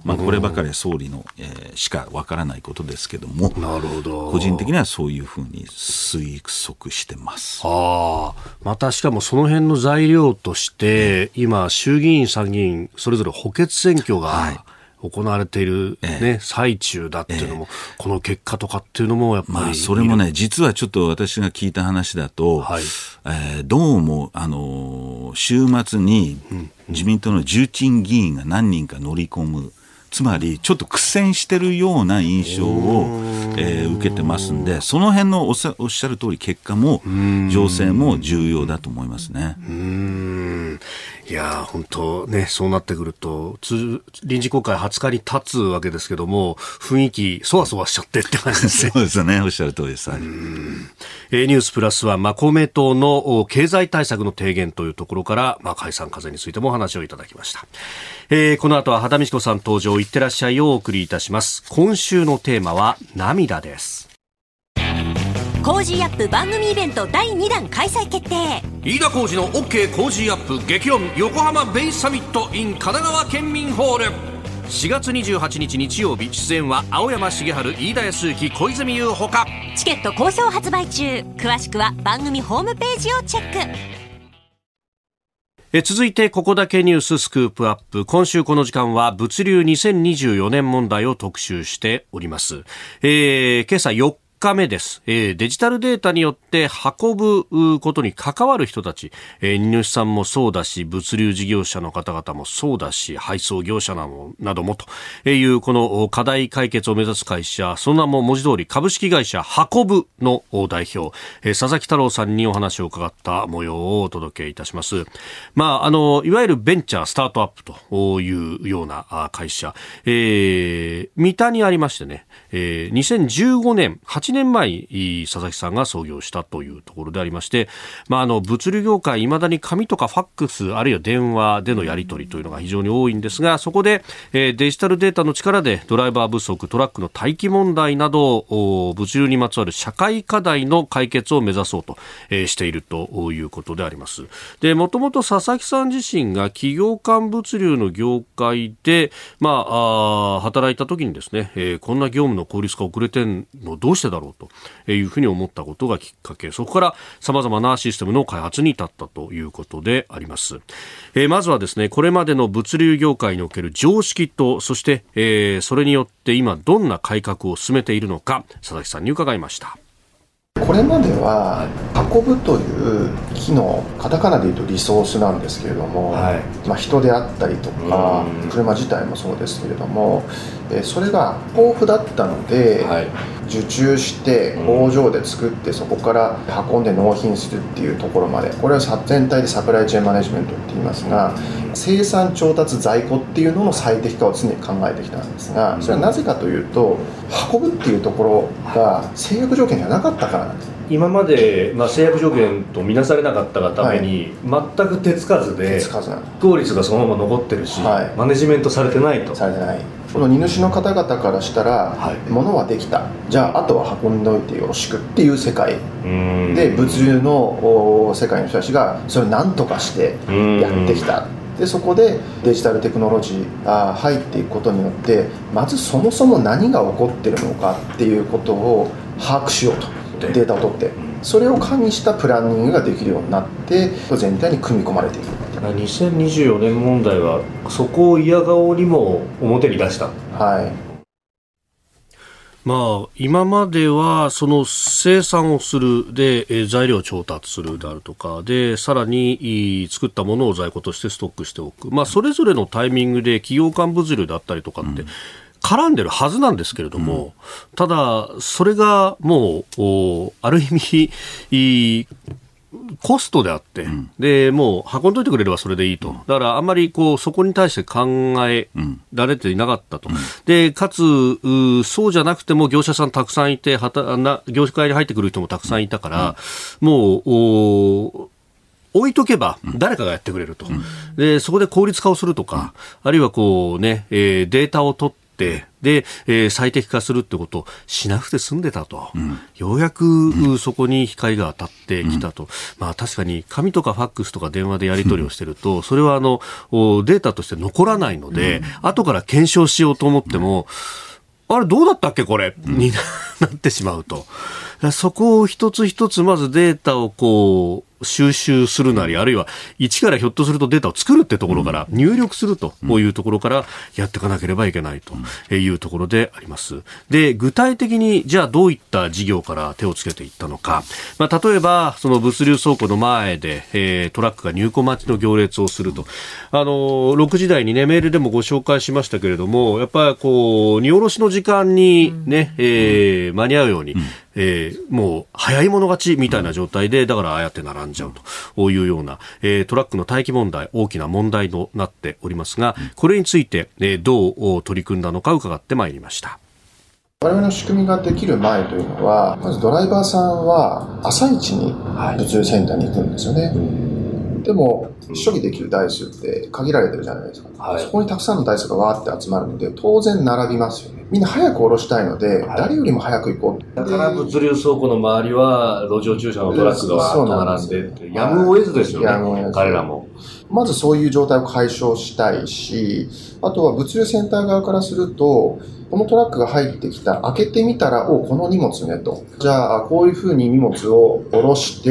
こればかりは総理の、しかわからないことですけども、 なるほど。 個人的にはそういうふうに推測してます。 またしかもその辺の材料として、今衆議院参議院それぞれ補欠選挙が、行われている、最中だっていうのも、この結果とかっていうのもやっぱり、 それもね、実はちょっと私が聞いた話だと、どうも週末に自民党の重鎮議員が何人か乗り込む、つまりちょっと苦戦してるような印象を、受けてますんで、その辺のおっしゃる通り結果も情勢も重要だと思いますね。 いや本当ね、そうなってくると臨時国会20日に立つわけですけども、雰囲気そわそわしちゃってって感じですね。 そうですよね、おっしゃる通りです。 ニュースプラスは、公明党の経済対策の提言というところから、解散風についてもお話をいただきました。この後は羽田美智子さん登場、いってらっしゃいをお送りいたします。今週のテーマは涙です。 コージーアップ番組イベント第2弾開催決定。 飯田浩司の OK コージーアップ激論横浜ベイサミット in 神奈川県民ホール、4月28日日曜日、出演は青山茂春、飯田康之、小泉優ほか。 チケット好評発売中。詳しくは番組ホームページをチェック。 続いてここだけニューススクープアップ。今週この時間は物流2024年問題を特集しております。今朝4日目です。デジタルデータによって運ぶことに関わる人たち、荷主さんもそうだし、物流事業者の方々もそうだし、配送業者などもというこの課題解決を目指す会社、その名も文字通り株式会社運ぶの代表、佐々木太郎さんにお話を伺った模様をお届けいたします。いわゆるベンチャースタートアップというような会社、三田にありましてね、2015年8年前に佐々木さんが創業したというところでありまして、物流業界いまだに紙とかファックスあるいは電話でのやり取りというのが非常に多いんですが、そこでデジタルデータの力でドライバー不足、トラックの待機問題など物流にまつわる社会課題の解決を目指そうとしているということであります。で、もともと佐々木さん自身が企業間物流の業界で、働いた時にですね、こんな業務の効率化遅れてんのどうしてだろうというふうに思ったことがきっかけ、そこから様々なシステムの開発に至ったということであります。まずはですね、これまでの物流業界における常識と、そして、それによって今どんな改革を進めているのか、佐々木さんに伺いました。 これまでは運ぶという機能、カタカナでいうとリソースなんですけれども、人であったりとか車自体もそうですけれども、それが豊富だったので、受注して工場で作ってそこから運んで納品するっていうところまで、これは全体でサプライチェーンマネジメントって言いますが、生産調達在庫っていうのの最適化を常に考えてきたんですが、それはなぜかというと、運ぶっていうところが制約条件ではなかったからなんです。 今まで、制約条件とみなされなかったがために、全く手つかずで効率がそのまま残ってるし、マネジメントされてないと。 されてない。この荷主の方々からしたら、物はできた、じゃああとは運んでおいてよろしくっていう世界で、物流の世界の人たちがそれを何とかしてやってきた。でそこでデジタルテクノロジーが入っていくことによって、まずそもそも何が起こっているのかっていうことを把握しようと、データを取って、それを加味したプランニングができるようになって全体に組み込まれている。 2024年問題はそこを嫌顔にも表に出した。今まではその生産をするで、材料を調達するであるとかで、さらに作ったものを在庫としてストックしておく、それぞれのタイミングで企業間物流だったりとかって絡んでるはずなんですけれども、ただそれがもうある意味コストであって、でもう運んどいてくれればそれでいいと。だからあんまりそこに対して考えられていなかったと。でかつそうじゃなくても業者さんたくさんいて、業界に入ってくる人もたくさんいたから、もう置いとけば誰かがやってくれると。でそこで効率化をするとか、あるいはデータを取ってで、最適化するってことをしなくて済んでたと、ようやくそこに光が当たってきたと、まあ、確かに紙とかファックスとか電話でやり取りをしてると、それはデータとして残らないので、後から検証しようと思っても、あれどうだったっけこれ、になってしまうと。そこを一つ一つまずデータをこう収集するなり、あるいは一からひょっとするとデータを作るってところから入力するというところからやっていかなければいけないというところであります。で、具体的にじゃあどういった事業から手をつけていったのか、まあ、例えばその物流倉庫の前で、トラックが入庫待ちの行列をすると、6時台にねメールでもご紹介しましたけれども、やっぱりこう荷下ろしの時間にね、間に合うように、もう早い者勝ちみたいな状態で、だからああやって並んじゃうというような、トラックの待機問題、大きな問題となっておりますが、これについて、どう取り組んだのか伺ってまいりました。 我々の仕組みができる前というのは、まずドライバーさんは朝一に物流センターに行くんですよね。でも処理できる台数って限られてるじゃないですか、そこにたくさんの台数がわーって集まるので当然並びますよね。みんな早く下ろしたいので、誰よりも早く行こう。 だから物流倉庫の周りは路上駐車のトラックがわーっと並んでってやむを得ずですよね、彼らも。 まずそういう状態を解消したいし、あとは物流センター側からすると、このトラックが入ってきた、開けてみたら、この荷物ねと。じゃあ、こういうふうに荷物を下ろして、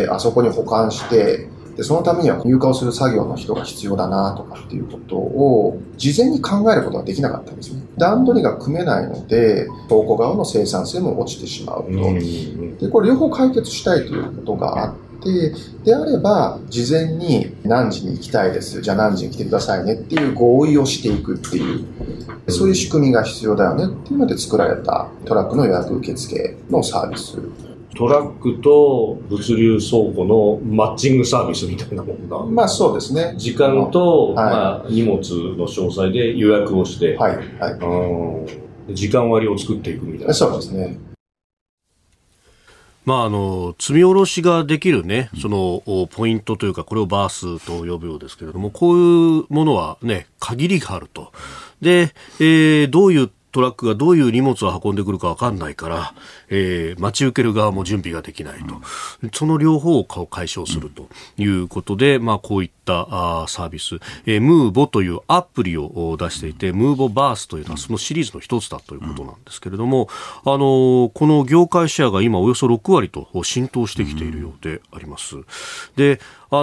あそこに保管して、でそのためには入荷をする作業の人が必要だなとかっていうことを事前に考えることができなかったんですね。段取りが組めないので倉庫側の生産性も落ちてしまうと。でこれ両方解決したいということがあって、であれば事前に何時に行きたいです、じゃあ何時に来てくださいねっていう合意をしていくっていう、そういう仕組みが必要だよねっていうので作られたトラックの予約受付のサービス。 トラックと物流倉庫のマッチングサービスみたいなものが、 まあそうですね。 時間と、まあ、荷物の詳細で予約をして、時間割を作っていくみたいな。 そうですね。 まあ、積み下ろしができるね、そのポイントというか、これをバースと呼ぶようですけれども、こういうものはね、限りがあると。で、どういうトラックがどういう荷物を運んでくるか分かんないから、待ち受ける側も準備ができないと、その両方を解消するということで、まあ、こういったサービス、ムーボというアプリを出していて、ムーボバースというのはそのシリーズの一つだということなんですけれども、この業界シェアが今およそ6割と浸透してきているようであります。で、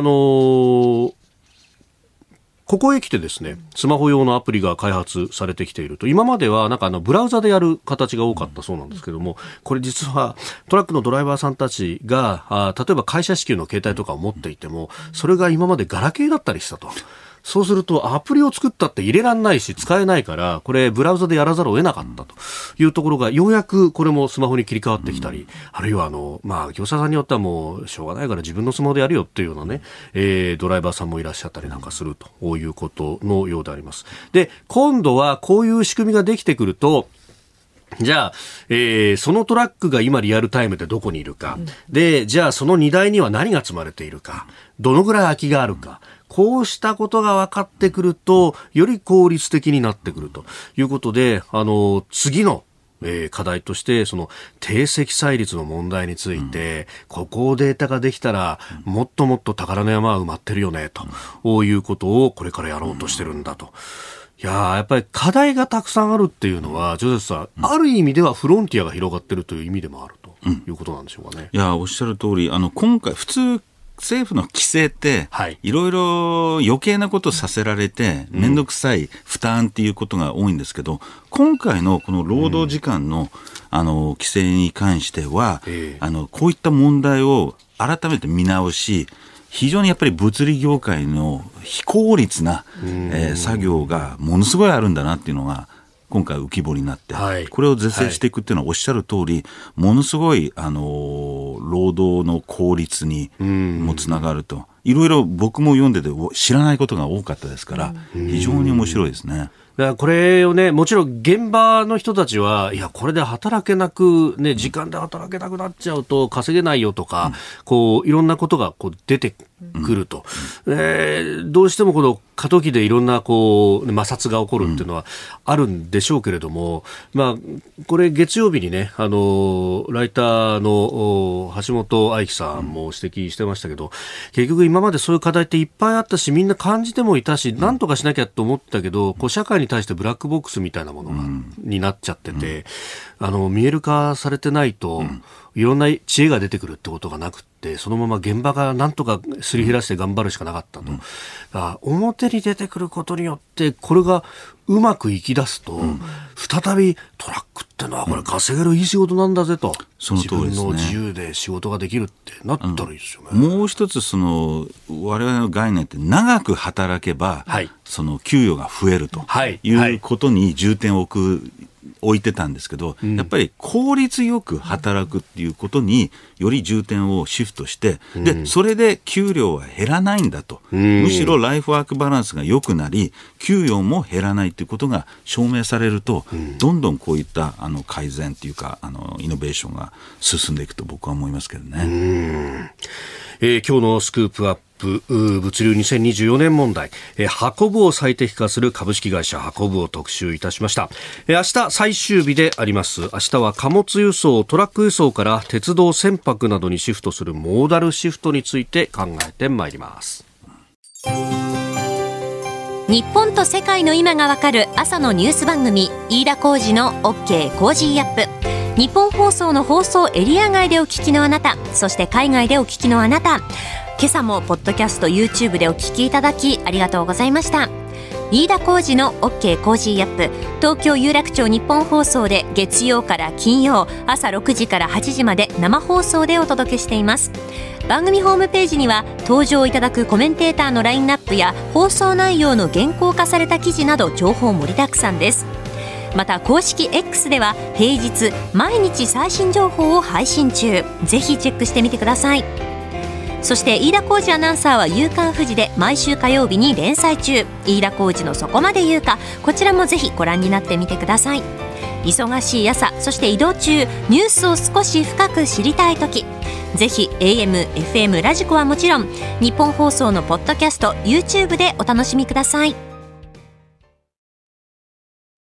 ここへ来てですね、スマホ用のアプリが開発されてきていると。今まではなんかブラウザでやる形が多かったそうなんですけども、これ実はトラックのドライバーさんたちが例えば会社支給の携帯とかを持っていても、それが今までガラケーだったりしたと。そうするとアプリを作ったって入れらんないし使えないから、これブラウザでやらざるを得なかったというところが、ようやくこれもスマホに切り替わってきたり、あるいはまあ業者さんによってはもうしょうがないから自分のスマホでやるよっていうようなね、ドライバーさんもいらっしゃったりなんかするということのようであります。で、今度はこういう仕組みができてくると、じゃあ、そのトラックが今リアルタイムでどこにいるか、で、じゃあその荷台には何が積まれているか、どのぐらい空きがあるか、こうしたことが分かってくると、より効率的になってくるということで、次の課題として、その定積載率の問題について、ここをデータができたら、もっともっと宝の山は埋まってるよね、ということをこれからやろうとしてるんだと。いやっぱり課題がたくさんあるっていうのは、ジョゼフさん、ある意味ではフロンティアが広がってるという意味でもあるということなんでしょうかね。 いや、おっしゃる通り、今回、普通、政府の規制って、いろいろ余計なことさせられて、めんどくさい負担っていうことが多いんですけど、今回のこの労働時間の、規制に関しては、こういった問題を改めて見直し、非常にやっぱり物理業界の非効率な、作業がものすごいあるんだなっていうのが、今回浮き彫りになって、これを是正していくっていうのはおっしゃる通り、ものすごい、労働の効率にもつながると。いろいろ僕も読んでて知らないことが多かったですから、非常に面白いですね。 だからこれをね、もちろん現場の人たちは、いや、これで働けなく、ね、時間で働けなくなっちゃうと稼げないよとか、こう、いろんなことがこう出てくると、どうしてもこの過渡期でいろんなこう摩擦が起こるっていうのはあるんでしょうけれども、これ月曜日にね、ライターの橋本愛樹さんも指摘してましたけど、結局今までそういう課題っていっぱいあったし、みんな感じてもいたし、なんとかしなきゃと思ったけど、こう社会に対してブラックボックスみたいなものになっちゃってて、見える化されてないと、いろんな知恵が出てくるってことがなくて、そのまま現場がなんとかすり減らして頑張るしかなかったと。表に出てくることによってこれがうまくいき出すと、再びトラックってのはこれ稼げるいい仕事なんだぜと、 その通りですね、 自分の自由で仕事ができるってなったらいいですよね。 もう一つ我々の概念って長く働けば、その給与が増えるということに重点を置いてたんですけど、やっぱり効率よく働くっていうことにより重点をシフトして、でそれで給料は減らないんだと、むしろライフワークバランスが良くなり給与も減らないということが証明されると、どんどんこういった改善というかイノベーションが進んでいくと僕は思いますけどね。 今日のスクープアップ、物流2024年問題、運ぶを最適化する株式会社運ぶを特集いたしました。明日最終日であります。明日は貨物輸送、トラック輸送から鉄道、船舶などにシフトするモーダルシフトについて考えてまいります。 日本と世界の今がわかる朝のニュース番組、飯田浩司の OK コージーアップ。日本放送の放送エリア外でお聞きのあなた、そして海外でお聞きのあなた、今朝もポッドキャスト YouTube でお聞きいただきありがとうございました。飯田浩司の OK コージーアップ、東京有楽町日本放送で月曜から金曜朝6時から8時まで生放送でお届けしています。番組ホームページには登場いただくコメンテーターのラインナップや放送内容の原稿化された記事など情報盛りだくさんです。また公式 X では平日毎日最新情報を配信中、ぜひチェックしてみてください。そして飯田浩司アナウンサーは夕刊フジで毎週火曜日に連載中、飯田浩司のそこまで言うか、こちらもぜひご覧になってみてください。忙しい朝、そして移動中、ニュースを少し深く知りたいとき、ぜひ AM、FM、ラジコはもちろん日本放送のポッドキャスト YouTube でお楽しみください。